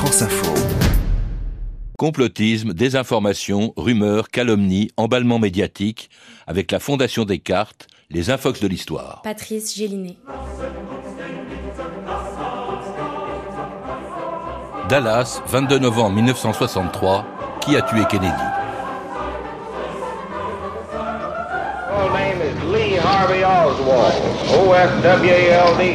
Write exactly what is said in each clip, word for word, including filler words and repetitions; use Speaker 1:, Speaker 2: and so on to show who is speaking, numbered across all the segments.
Speaker 1: France Info.
Speaker 2: Complotisme, désinformation, rumeurs, calomnies, emballement médiatique, avec la Fondation Descartes, les infox de l'histoire.
Speaker 3: Patrice Gélinet.
Speaker 2: Dallas, vingt-deux novembre mille neuf cent soixante-trois, qui a tué Kennedy?
Speaker 4: Full name is Lee Harvey Oswald, O S W A L D.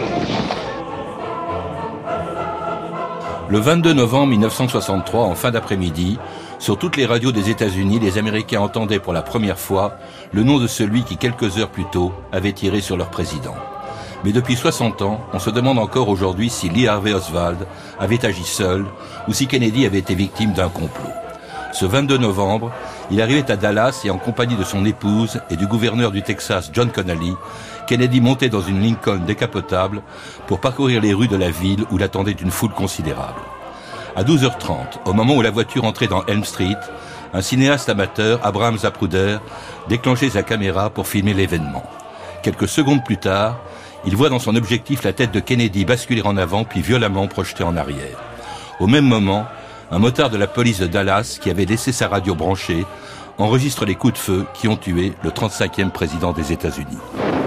Speaker 2: Le vingt-deux novembre mille neuf cent soixante-trois, en fin d'après-midi, sur toutes les radios des États-Unis, les Américains entendaient pour la première fois le nom de celui qui, quelques heures plus tôt, avait tiré sur leur président. Mais depuis soixante ans, on se demande encore aujourd'hui si Lee Harvey Oswald avait agi seul ou si Kennedy avait été victime d'un complot. Ce vingt-deux novembre, il arrivait à Dallas et en compagnie de son épouse et du gouverneur du Texas, John Connally, Kennedy montait dans une Lincoln décapotable pour parcourir les rues de la ville où l'attendait une foule considérable. À douze heures trente, au moment où la voiture entrait dans Elm Street, un cinéaste amateur, Abraham Zapruder, déclenchait sa caméra pour filmer l'événement. Quelques secondes plus tard, il voit dans son objectif la tête de Kennedy basculer en avant puis violemment projetée en arrière. Au même moment, un motard de la police de Dallas, qui avait laissé sa radio branchée, enregistre les coups de feu qui ont tué le trente-cinquième président des États-Unis.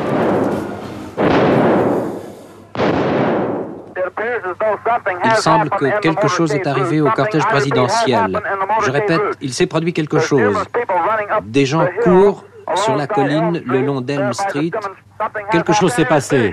Speaker 5: Il semble que quelque chose est arrivé au cortège présidentiel. Je répète, il s'est produit quelque chose. Des gens courent sur la colline le long d'Elm Street.
Speaker 6: Quelque chose s'est passé.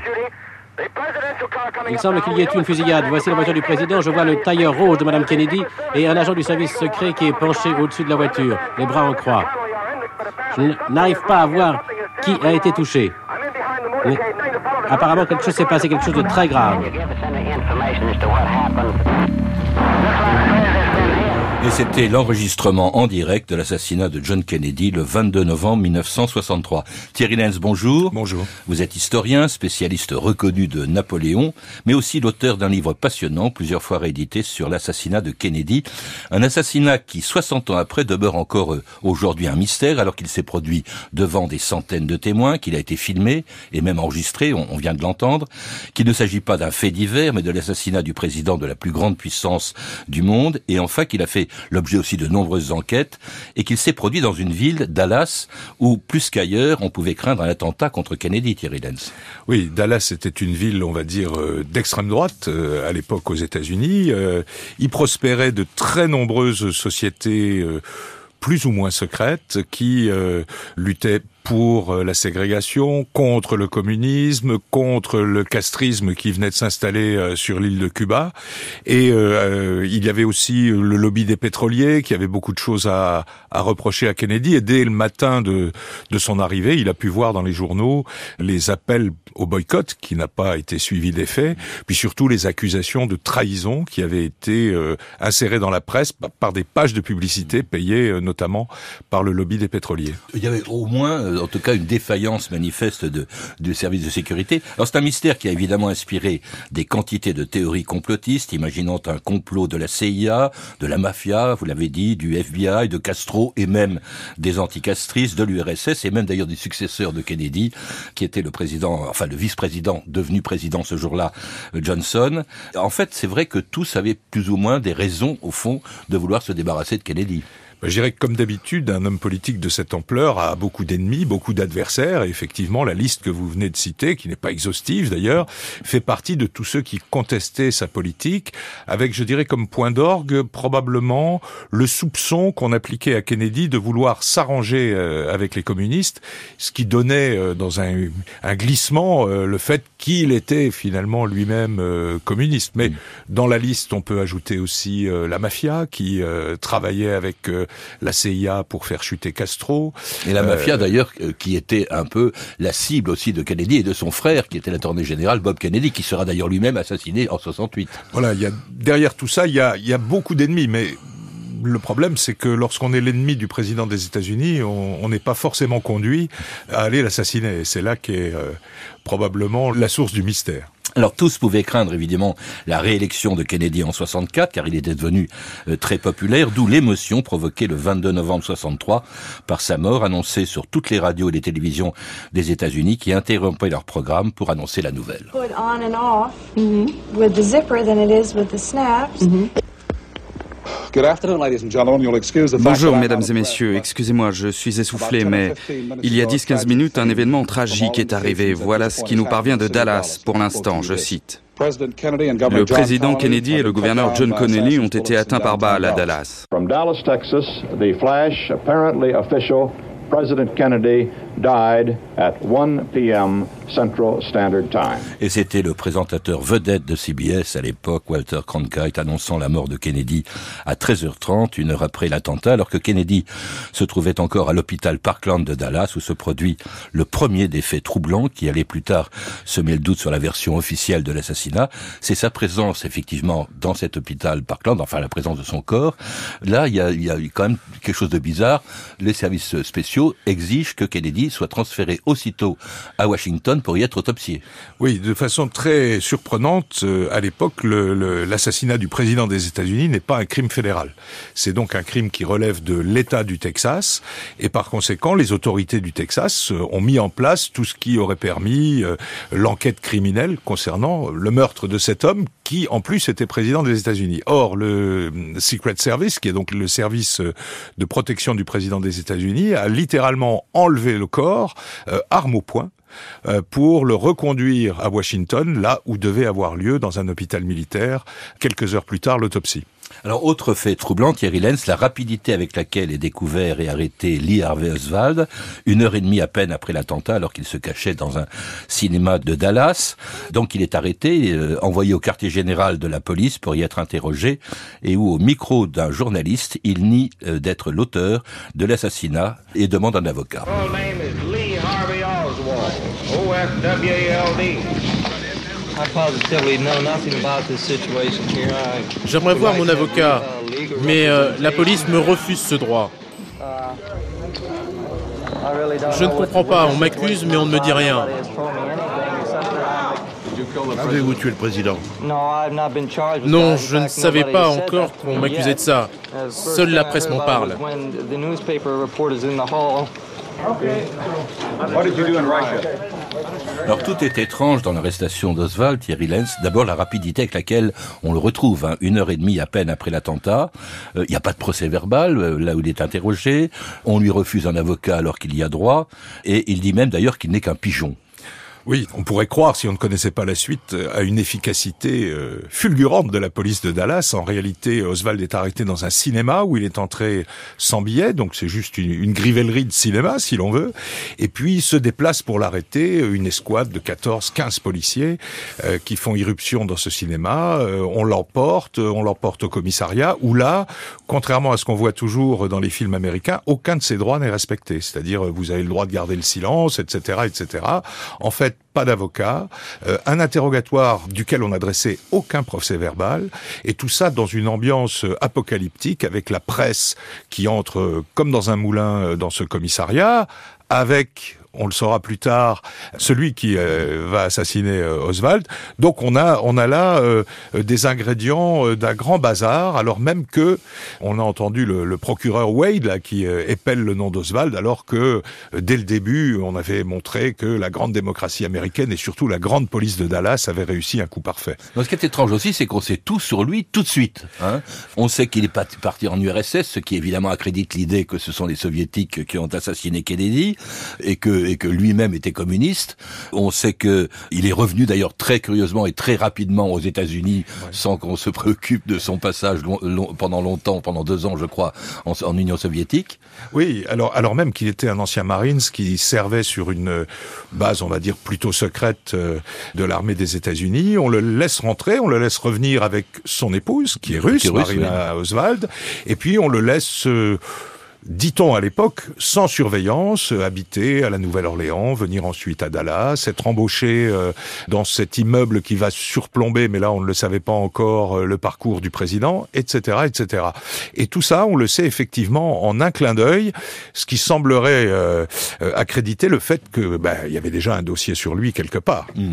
Speaker 6: Il semble qu'il y ait eu une fusillade. Voici la voiture du président. Je vois le tailleur rouge de Mme Kennedy et un agent du service secret qui est penché au-dessus de la voiture, les bras en croix. Je n'arrive pas à voir qui a été touché. Mais apparemment, quelque chose s'est passé, quelque chose de très grave.
Speaker 2: Et c'était l'enregistrement en direct de l'assassinat de John Kennedy le vingt-deux novembre mille neuf cent soixante-trois. Thierry Lenz, bonjour.
Speaker 7: Bonjour.
Speaker 2: Vous êtes historien, spécialiste reconnu de Napoléon, mais aussi l'auteur d'un livre passionnant, plusieurs fois réédité, sur l'assassinat de Kennedy. Un assassinat qui, soixante ans après, demeure encore aujourd'hui un mystère, alors qu'il s'est produit devant des centaines de témoins, qu'il a été filmé et même enregistré, on vient de l'entendre, qu'il ne s'agit pas d'un fait divers, mais de l'assassinat du président de la plus grande puissance du monde, et enfin qu'il a fait l'objet aussi de nombreuses enquêtes, et qu'il s'est produit dans une ville, Dallas, où, plus qu'ailleurs, on pouvait craindre un attentat contre Kennedy, Thierry Lenz.
Speaker 7: Oui, Dallas était une ville, on va dire, d'extrême droite, euh, à l'époque aux États-Unis. Euh, y prospéraient de très nombreuses sociétés euh, plus ou moins secrètes qui euh, luttaient pour la ségrégation, contre le communisme, contre le castrisme qui venait de s'installer sur l'île de Cuba. Et euh, il y avait aussi le lobby des pétroliers qui avait beaucoup de choses à, à reprocher à Kennedy. Et dès le matin de, de son arrivée, il a pu voir dans les journaux les appels au boycott qui n'a pas été suivi d'effet, puis surtout les accusations de trahison qui avaient été euh, insérées dans la presse par des pages de publicité payées euh, notamment par le lobby des pétroliers.
Speaker 2: Il y avait au moins en tout cas une défaillance manifeste de, du service de sécurité. Alors c'est un mystère qui a évidemment inspiré des quantités de théories complotistes, imaginant un complot de la C I A, de la mafia, vous l'avez dit, du F B I, de Castro et même des anticastristes, de l'U R S S et même d'ailleurs des successeurs de Kennedy, qui était le président, enfin le vice-président, devenu président ce jour-là, Johnson. En fait, c'est vrai que tous avaient plus ou moins des raisons, au fond, de vouloir se débarrasser de Kennedy.
Speaker 7: Je dirais que comme d'habitude, un homme politique de cette ampleur a beaucoup d'ennemis, beaucoup d'adversaires. Et effectivement, la liste que vous venez de citer, qui n'est pas exhaustive d'ailleurs, fait partie de tous ceux qui contestaient sa politique, avec, je dirais, comme point d'orgue, probablement le soupçon qu'on appliquait à Kennedy de vouloir s'arranger avec les communistes, ce qui donnait dans un, un glissement le fait qu'il était finalement lui-même communiste. Mais mmh. dans la liste, on peut ajouter aussi la mafia qui travaillait avec la C I A pour faire chuter Castro.
Speaker 2: Et la mafia, euh, d'ailleurs, qui était un peu la cible aussi de Kennedy et de son frère, qui était l'attorney général Bob Kennedy, qui sera d'ailleurs lui-même assassiné en soixante-huit.
Speaker 7: Voilà, il y a, derrière tout ça, il y a, il y a beaucoup d'ennemis, mais le problème, c'est que lorsqu'on est l'ennemi du président des États-Unis, on n'est pas forcément conduit à aller l'assassiner. Et c'est là qu'est euh, probablement la source du mystère.
Speaker 2: Alors tous pouvaient craindre évidemment la réélection de Kennedy en soixante-quatre, car il était devenu euh, très populaire, d'où l'émotion provoquée le vingt-deux novembre soixante-trois par sa mort, annoncée sur toutes les radios et les télévisions des États-Unis, qui interrompaient leur programme pour annoncer la nouvelle.
Speaker 8: Put on and off mm-hmm. with the zipper than it is with the snaps. Mm-hmm.
Speaker 1: Bonjour mesdames et messieurs, excusez-moi, je suis essoufflé, mais il y a dix à quinze minutes, un événement tragique est arrivé. Voilà ce qui nous parvient de Dallas, pour l'instant, je cite. Le président Kennedy et le gouverneur John Connally ont été atteints par balle à Dallas.
Speaker 3: From Dallas, Texas, the flash, apparently official, President Kennedy died at one p m Central Standard Time.
Speaker 2: Et c'était le présentateur vedette de C B S à l'époque, Walter Cronkite, annonçant la mort de Kennedy à treize heures trente, une heure après l'attentat, alors que Kennedy se trouvait encore à l'hôpital Parkland de Dallas, où se produit le premier des faits troublants qui allait plus tard semer le doute sur la version officielle de l'assassinat. C'est sa présence, effectivement, dans cet hôpital Parkland, enfin la présence de son corps. Là, il y a, il y a quand même quelque chose de bizarre. Les services spéciaux exigent que Kennedy soit transféré aussitôt à Washington pour y être autopsié.
Speaker 7: Oui, de façon très surprenante, euh, à l'époque, le, le, l'assassinat du président des États-Unis n'est pas un crime fédéral. C'est donc un crime qui relève de l'État du Texas, et par conséquent, les autorités du Texas euh, ont mis en place tout ce qui aurait permis euh, l'enquête criminelle concernant le meurtre de cet homme, qui en plus était président des États-Unis. Or, le Secret Service, qui est donc le service de protection du président des États-Unis, a littéralement enlevé le corps, euh, arme au poing, pour le reconduire à Washington, là où devait avoir lieu, dans un hôpital militaire, quelques heures plus tard, l'autopsie.
Speaker 2: Alors, autre fait troublant, Thierry Lenz, la rapidité avec laquelle est découvert et arrêté Lee Harvey Oswald, une heure et demie à peine après l'attentat, alors qu'il se cachait dans un cinéma de Dallas. Donc, il est arrêté, euh, envoyé au quartier général de la police pour y être interrogé, et où, au micro d'un journaliste, il nie euh, d'être l'auteur de l'assassinat et demande un avocat.
Speaker 4: Full name is Lee Harvey Oswald, O S W L D.
Speaker 8: J'aimerais voir mon avocat, mais euh, la police me refuse ce droit. Je ne comprends pas, on m'accuse, mais on ne me dit rien.
Speaker 9: Avez-vous tué le président?
Speaker 8: Non, je ne savais pas encore qu'on m'accusait de ça. Seule la presse m'en parle.
Speaker 2: Alors tout est étrange dans l'arrestation d'Oswald, Thierry Lenz. D'abord la rapidité avec laquelle on le retrouve, hein, une heure et demie à peine après l'attentat. Il euh, n'y a pas de procès verbal, euh, là où il est interrogé. On lui refuse un avocat alors qu'il y a droit. Et il dit même d'ailleurs qu'il n'est qu'un pigeon.
Speaker 7: Oui, on pourrait croire, si on ne connaissait pas la suite, à une efficacité euh, fulgurante de la police de Dallas. En réalité, Oswald est arrêté dans un cinéma où il est entré sans billet, donc c'est juste une, une grivellerie de cinéma, si l'on veut. Et puis se déplace pour l'arrêter une escouade de quatorze quinze policiers euh, qui font irruption dans ce cinéma. Euh, on l'emporte, on l'emporte au commissariat, où là, contrairement à ce qu'on voit toujours dans les films américains, aucun de ces droits n'est respecté. C'est-à-dire, vous avez le droit de garder le silence, et cetera, et cetera. En fait, pas d'avocat, euh, un interrogatoire duquel on n'adressait aucun procès verbal, et tout ça dans une ambiance apocalyptique avec la presse qui entre euh, comme dans un moulin euh, dans ce commissariat, avec, on le saura plus tard, celui qui euh, va assassiner euh, Oswald. Donc on a on a là euh, des ingrédients euh, d'un grand bazar, alors même que on a entendu le, le procureur Wade là qui euh, épelle le nom d'Oswald, alors que euh, dès le début on avait montré que la grande démocratie américaine et surtout la grande police de Dallas avait réussi un coup parfait.
Speaker 2: Donc, ce qui est étrange aussi, c'est qu'on sait tout sur lui tout de suite. Hein. On sait qu'il est parti en U R S S, ce qui évidemment accrédite l'idée que ce sont les soviétiques qui ont assassiné Kennedy et que et que lui-même était communiste. On sait que il est revenu d'ailleurs très curieusement et très rapidement aux États-Unis, ouais, sans qu'on se préoccupe de son passage long, long, pendant longtemps, pendant deux ans, je crois, en, en Union soviétique.
Speaker 7: Oui, alors alors même qu'il était un ancien Marines qui servait sur une base, on va dire plutôt secrète euh, de l'armée des États-Unis. On le laisse rentrer, on le laisse revenir avec son épouse, qui est russe, qui est russe Marina oui. Oswald, et puis on le laisse euh, dit-on à l'époque, sans surveillance, habiter à la Nouvelle-Orléans, venir ensuite à Dallas, être embauché euh, dans cet immeuble qui va surplomber, mais là on ne le savait pas encore, euh, le parcours du président, et cetera, et cetera. Et tout ça, on le sait effectivement en un clin d'œil, ce qui semblerait euh, euh, accréditer le fait que bah, il y avait déjà un dossier sur lui quelque part.
Speaker 2: Mmh.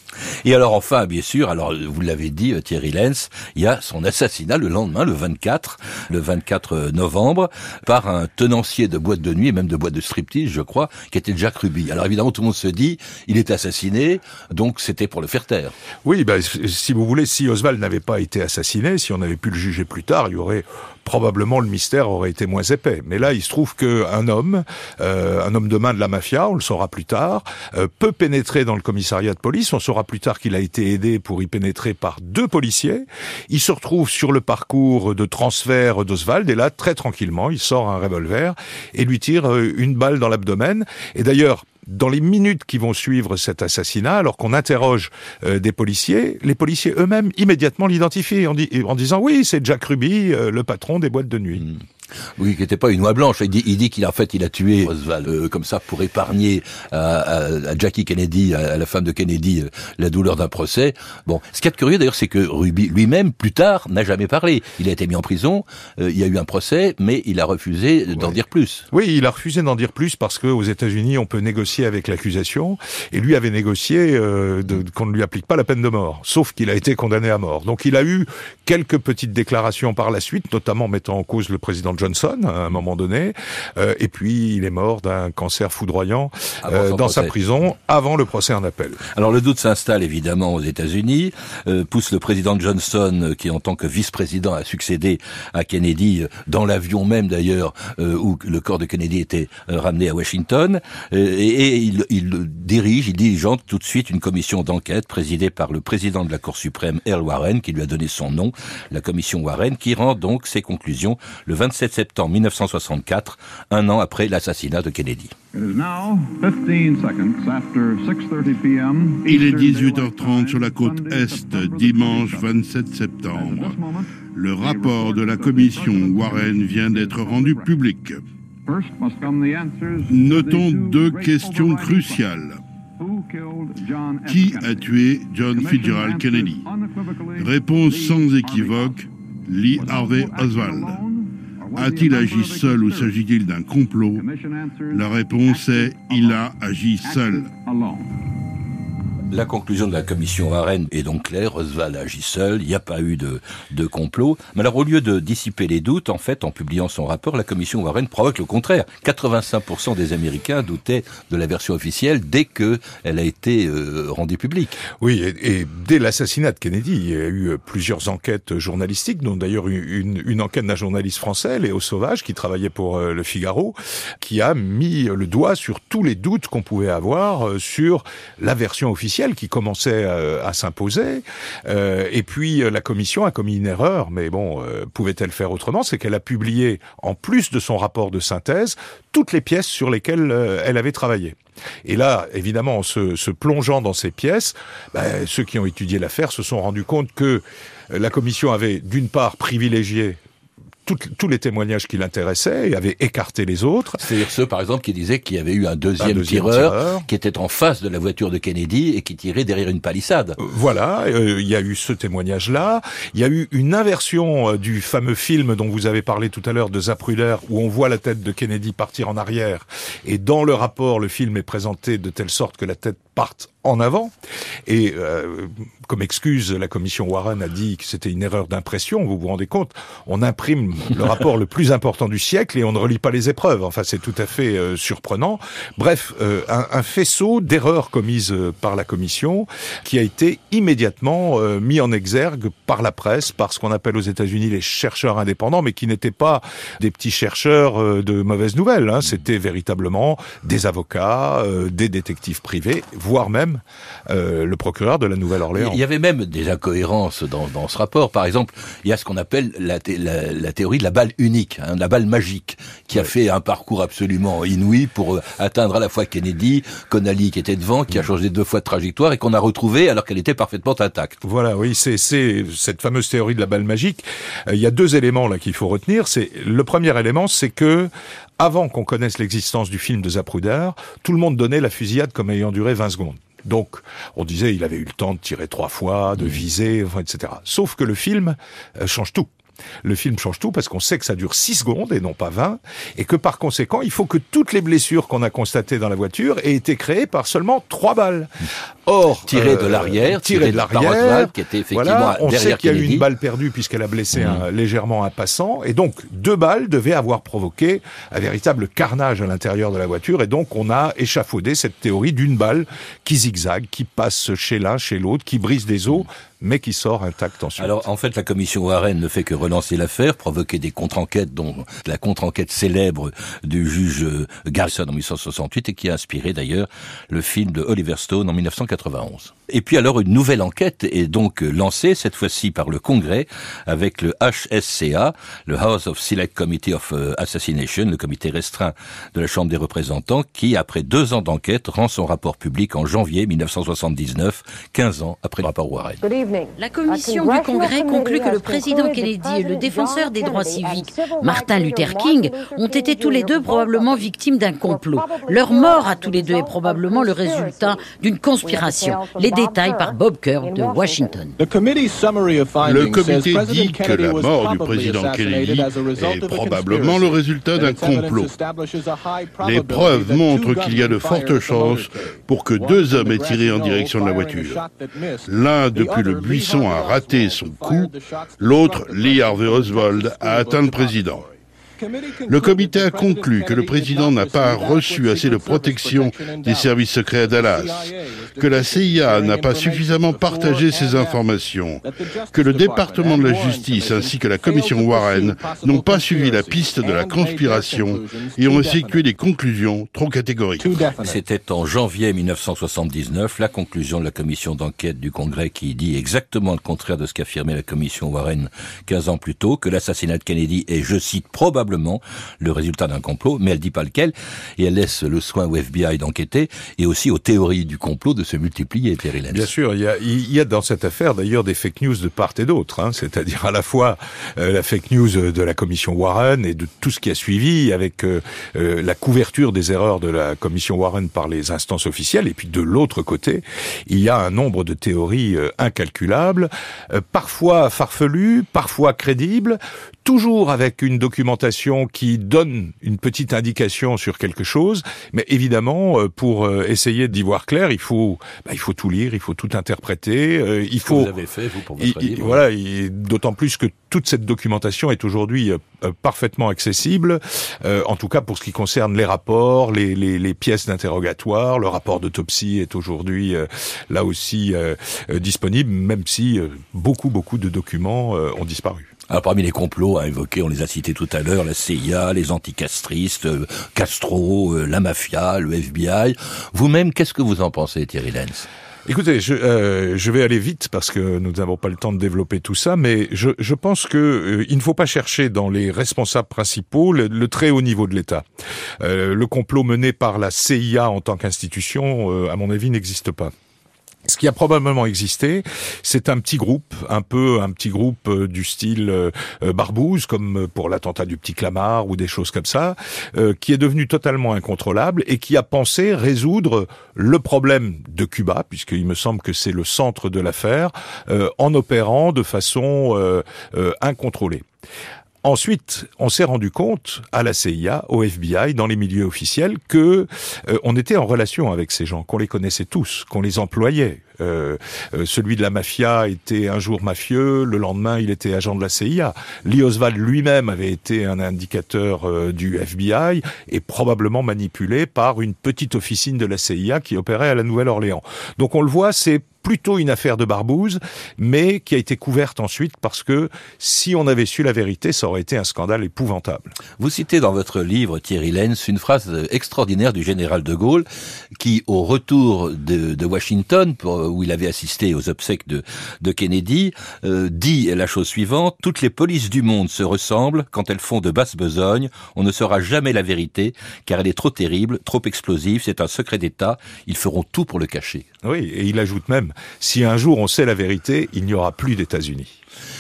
Speaker 2: Et alors enfin, bien sûr, alors vous l'avez dit, Thierry Lenz, il y a son assassinat le lendemain, le vingt-quatre, le vingt-quatre novembre, par un tenancier de boîte de nuit et même de boîte de striptease, je crois, qui était Jack Ruby. Alors évidemment, tout le monde se dit, il est assassiné, donc c'était pour le faire taire.
Speaker 7: Oui, ben, si vous voulez, si Oswald n'avait pas été assassiné, si on avait pu le juger plus tard, il y aurait probablement, le mystère aurait été moins épais. Mais là, il se trouve qu'un homme, euh, un homme de main de la mafia, on le saura plus tard, euh, peut pénétrer dans le commissariat de police. On saura plus tard qu'il a été aidé pour y pénétrer par deux policiers. Il se retrouve sur le parcours de transfert d'Oswald, et là, très tranquillement, il sort un revolver et lui tire une balle dans l'abdomen. Et d'ailleurs, dans les minutes qui vont suivre cet assassinat, alors qu'on interroge euh, des policiers, les policiers eux-mêmes immédiatement l'identifient en, di- en disant « Oui, c'est Jack Ruby, euh, le patron des boîtes de nuit. Mmh. »
Speaker 2: Oui, qui n'était pas une oie blanche. Il dit, il dit qu'il en fait, il a tué Oswald euh, comme ça pour épargner à, à, à Jackie Kennedy, à, à la femme de Kennedy, euh, la douleur d'un procès. Bon, ce qui est curieux d'ailleurs, c'est que Ruby lui-même, plus tard, n'a jamais parlé. Il a été mis en prison. Euh, il y a eu un procès, mais il a refusé d'en
Speaker 7: ouais.
Speaker 2: dire plus.
Speaker 7: Oui, il a refusé d'en dire plus parce qu'aux États-Unis, on peut négocier avec l'accusation, et lui avait négocié euh, de, qu'on ne lui applique pas la peine de mort, sauf qu'il a été condamné à mort. Donc, il a eu quelques petites déclarations par la suite, notamment mettant en cause le président Johnson à un moment donné, euh, et puis il est mort d'un cancer foudroyant euh, dans procès. sa prison avant le procès en appel.
Speaker 2: Alors le doute s'installe évidemment aux États-Unis, euh, pousse le président Johnson, qui en tant que vice-président a succédé à Kennedy, dans l'avion même d'ailleurs euh, où le corps de Kennedy était euh, ramené à Washington, euh, et, et il, il dirige, il diligente tout de suite une commission d'enquête présidée par le président de la Cour suprême, Earl Warren, qui lui a donné son nom, la commission Warren, qui rend donc ses conclusions le vingt-sept septembre mille neuf cent soixante-quatre, un an après l'assassinat de Kennedy.
Speaker 10: Il est dix-huit heures trente sur la côte Est, dimanche vingt-sept septembre. Le rapport de la commission Warren vient d'être rendu public. Notons deux questions cruciales. Qui a tué John Fitzgerald Kennedy? Réponse sans équivoque, Lee Harvey Oswald. A-t-il agi seul ou s'agit-il d'un complot? La réponse est « il a agi seul ».
Speaker 2: La conclusion de la commission Warren est donc claire, Oswald a agi seul, il n'y a pas eu de, de complot. Mais alors au lieu de dissiper les doutes, en fait, en publiant son rapport, la commission Warren provoque le contraire. quatre-vingt-cinq pour cent des Américains doutaient de la version officielle dès qu'elle a été euh, rendue publique.
Speaker 7: Oui, et, et dès l'assassinat de Kennedy, il y a eu plusieurs enquêtes journalistiques, dont d'ailleurs une, une enquête d'un journaliste français, Léo Sauvage, qui travaillait pour euh, Le Figaro, qui a mis le doigt sur tous les doutes qu'on pouvait avoir euh, sur la version officielle qui commençait à, à s'imposer. Euh, et puis, la commission a commis une erreur, mais bon, euh, pouvait-elle faire autrement? C'est qu'elle a publié, en plus de son rapport de synthèse, toutes les pièces sur lesquelles euh, elle avait travaillé. Et là, évidemment, en se, se plongeant dans ces pièces, ben, ceux qui ont étudié l'affaire se sont rendus compte que la commission avait, d'une part, privilégié tous les témoignages qui l'intéressaient et avait écarté les autres.
Speaker 2: C'est-à-dire ceux, par exemple, qui disaient qu'il y avait eu un deuxième, un deuxième tireur, tireur qui était en face de la voiture de Kennedy et qui tirait derrière une palissade.
Speaker 7: Voilà, euh, il y a eu ce témoignage-là. Il y a eu une inversion euh, du fameux film dont vous avez parlé tout à l'heure de Zapruder, où on voit la tête de Kennedy partir en arrière. Et dans le rapport, le film est présenté de telle sorte que la tête parte en avant. Et euh, comme excuse, la commission Warren a dit que c'était une erreur d'impression. Vous vous rendez compte? On imprime le rapport le plus important du siècle et on ne relit pas les épreuves. Enfin, c'est tout à fait euh, surprenant. Bref, euh, un, un faisceau d'erreurs commises euh, par la commission qui a été immédiatement euh, mis en exergue par la presse, par ce qu'on appelle aux États-Unis les chercheurs indépendants, mais qui n'étaient pas des petits chercheurs euh, de mauvaises nouvelles. Hein. C'était véritablement des avocats, euh, des détectives privés, voire même euh, le procureur de la Nouvelle-Orléans.
Speaker 2: Il y avait même des incohérences dans, dans ce rapport. Par exemple, il y a ce qu'on appelle la, la, la théorie de la balle unique, hein, la balle magique, qui ouais. a fait un parcours absolument inouï pour euh, atteindre à la fois Kennedy, Connally qui était devant, qui a changé deux fois de trajectoire et qu'on a retrouvé alors qu'elle était parfaitement intacte.
Speaker 7: Voilà, oui, c'est, c'est cette fameuse théorie de la balle magique. Euh, il y a deux éléments là qu'il faut retenir. C'est le premier élément, c'est que avant qu'on connaisse l'existence du film de Zapruder, tout le monde donnait la fusillade comme ayant duré vingt secondes. Donc, on disait il avait eu le temps de tirer trois fois, de viser, enfin, et cetera. Sauf que le film euh, change tout. Le film change tout parce qu'on sait que ça dure six secondes et non pas vingt, et que par conséquent, il faut que toutes les blessures qu'on a constatées dans la voiture aient été créées par seulement trois balles. Or,
Speaker 2: tiré de l'arrière,
Speaker 7: euh, tiré de l'arrière,
Speaker 2: Oswald, qui était effectivement
Speaker 7: voilà, on
Speaker 2: derrière
Speaker 7: sait qu'il y a
Speaker 2: Kennedy.
Speaker 7: eu une balle perdue puisqu'elle a blessé
Speaker 2: Mmh.
Speaker 7: un, légèrement un passant, et donc deux balles devaient avoir provoqué un véritable carnage à l'intérieur de la voiture, et donc on a échafaudé cette théorie d'une balle qui zigzague, qui passe chez l'un, chez l'autre, qui brise des os, mais qui sort intacte ensuite.
Speaker 2: Alors, en fait, la commission Warren ne fait que relancer l'affaire, provoquer des contre-enquêtes, dont la contre-enquête célèbre du juge Garrison en mille neuf cent soixante-huit, et qui a inspiré d'ailleurs le film de Oliver Stone en mille neuf cent quatre-vingt-onze. Et puis alors, une nouvelle enquête est donc lancée, cette fois-ci par le Congrès, avec le H S C A, le House of Select Committee of Assassination, le comité restreint de la Chambre des représentants, qui, après deux ans d'enquête, rend son rapport public en janvier mille neuf cent soixante-dix-neuf, quinze ans après le rapport Warren.
Speaker 11: La commission du Congrès conclut que le président Kennedy et le défenseur des droits civiques, Martin Luther King, ont été tous les deux probablement victimes d'un complot. Leur mort à tous les deux est probablement le résultat d'une conspiration. Les détails par Bob Kerr de Washington.
Speaker 10: Le comité dit que la mort du président Kennedy est probablement le résultat d'un complot. Les preuves montrent qu'il y a de fortes chances pour que deux hommes aient tiré en direction de la voiture. L'un, depuis le buisson, a raté son coup, l'autre, Lee Harvey Oswald, a atteint le président. Le comité a conclu que le président n'a pas reçu assez de protection des services secrets à Dallas, que la C I A n'a pas suffisamment partagé ses informations, que le département de la justice ainsi que la commission Warren n'ont pas suivi la piste de la conspiration et ont effectué des conclusions trop catégoriques.
Speaker 2: C'était en janvier mille neuf cent soixante-dix-neuf, la conclusion de la commission d'enquête du Congrès qui dit exactement le contraire de ce qu'affirmait la commission Warren quinze ans plus tôt, que l'assassinat de Kennedy est, je cite, probablement le résultat d'un complot, mais elle dit pas lequel, et elle laisse le soin au F B I d'enquêter, et aussi aux théories du complot de se multiplier, Terry Lenz.
Speaker 7: Bien sûr, il y a, il y a dans cette affaire d'ailleurs des fake news de part et d'autre, hein, c'est-à-dire à la fois euh, la fake news de la commission Warren et de tout ce qui a suivi avec euh, euh, la couverture des erreurs de la commission Warren par les instances officielles, et puis de l'autre côté, il y a un nombre de théories euh, incalculables, euh, parfois farfelues, parfois crédibles, toujours avec une documentation qui donne une petite indication sur quelque chose, mais évidemment, pour essayer d'y voir clair, il faut, bah, il faut tout lire, il faut tout interpréter, euh, il faut.
Speaker 2: Vous avez fait vous pour votre
Speaker 7: il,
Speaker 2: livre.
Speaker 7: Voilà, d'autant plus que toute cette documentation est aujourd'hui euh, parfaitement accessible, euh, en tout cas pour ce qui concerne les rapports, les, les, les pièces d'interrogatoire. Le rapport d'autopsie est aujourd'hui euh, là aussi euh, euh, disponible, même si euh, beaucoup beaucoup de documents euh, ont disparu.
Speaker 2: Alors, parmi les complots à évoquer, on les a cités tout à l'heure, la C I A, les anticastristes, euh, Castro, euh, la mafia, le F B I. Vous-même, qu'est-ce que vous en pensez, Terry Lenz ?
Speaker 7: Écoutez, je, euh, je vais aller vite parce que nous n'avons pas le temps de développer tout ça, mais je, je pense que euh, il ne faut pas chercher dans les responsables principaux le, le très haut niveau de l'État. Euh, le complot mené par la C I A en tant qu'institution, euh, à mon avis, n'existe pas. Ce qui a probablement existé, c'est un petit groupe, un peu un petit groupe euh, du style euh, Barbouze, comme pour l'attentat du petit Clamart ou des choses comme ça, euh, qui est devenu totalement incontrôlable et qui a pensé résoudre le problème de Cuba, puisqu'il me semble que c'est le centre de l'affaire, euh, en opérant de façon euh, euh, incontrôlée. Ensuite, on s'est rendu compte à la C I A, au F B I, dans les milieux officiels, que euh, on était en relation avec ces gens, qu'on les connaissait tous, qu'on les employait. Euh, euh, celui de la mafia était un jour mafieux, le lendemain il était agent de la C I A. Lee Oswald lui-même avait été un indicateur euh, du F B I et probablement manipulé par une petite officine de la C I A qui opérait à la Nouvelle-Orléans. Donc on le voit, c'est plutôt une affaire de Barbouze, mais qui a été couverte ensuite parce que si on avait su la vérité, ça aurait été un scandale épouvantable.
Speaker 2: Vous citez dans votre livre, Thierry Lenz, une phrase extraordinaire du général de Gaulle qui, au retour de, de Washington, pour, où il avait assisté aux obsèques de, de Kennedy, euh, dit la chose suivante: « Toutes les polices du monde se ressemblent quand elles font de basse besogne. On ne saura jamais la vérité, car elle est trop terrible, trop explosive. C'est un secret d'État. Ils feront tout pour le cacher. »
Speaker 7: Oui, et il ajoute même, si un jour on sait la vérité, il n'y aura plus d'États-Unis.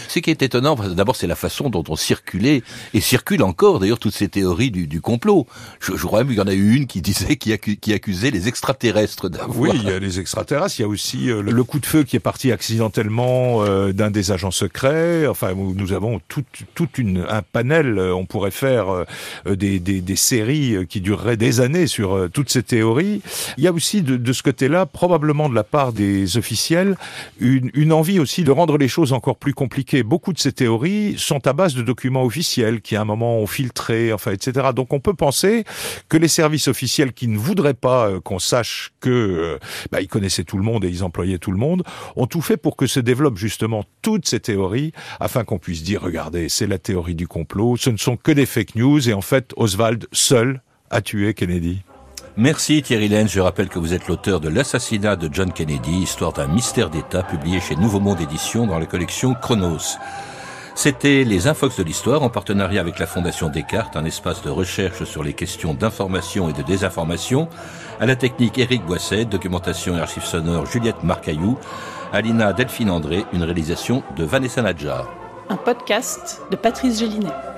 Speaker 2: Ce qui est étonnant, d'abord, c'est la façon dont on circulait, et circule encore, d'ailleurs, toutes ces théories du, du complot. Je, je crois même qu'il y en a eu une qui disait, qui, accu, qui accusait les extraterrestres d'avoir...
Speaker 7: Oui, il y a les extraterrestres, il y a aussi euh, le coup de feu qui est parti accidentellement euh, d'un des agents secrets. Enfin, nous avons tout, toute une, un panel, on pourrait faire euh, des, des, des séries qui dureraient des années sur euh, toutes ces théories. Il y a aussi de, de ce côté-là, probablement de la part des officiels, une, une envie aussi de rendre les choses encore plus compliquées. Beaucoup de ces théories sont à base de documents officiels qui à un moment ont filtré, enfin, et cetera. Donc on peut penser que les services officiels qui ne voudraient pas euh, qu'on sache que euh, bah, ils connaissaient tout le monde et ils employaient tout le monde, ont tout fait pour que se développent justement toutes ces théories afin qu'on puisse dire, regardez, c'est la théorie du complot, ce ne sont que des fake news et en fait Oswald seul a tué Kennedy.
Speaker 2: Merci Thierry Lenz. Je rappelle que vous êtes l'auteur de L'assassinat de John Kennedy, histoire d'un mystère d'État, publié chez Nouveau Monde Éditions dans la collection Chronos. C'était les Infox de l'Histoire en partenariat avec la Fondation Descartes, un espace de recherche sur les questions d'information et de désinformation. À la technique, Éric Boisset, documentation et archives sonores, Juliette Marcaillou, Alina Delphine André, une réalisation de Vanessa Nadjar.
Speaker 12: Un podcast de Patrice Gélinet.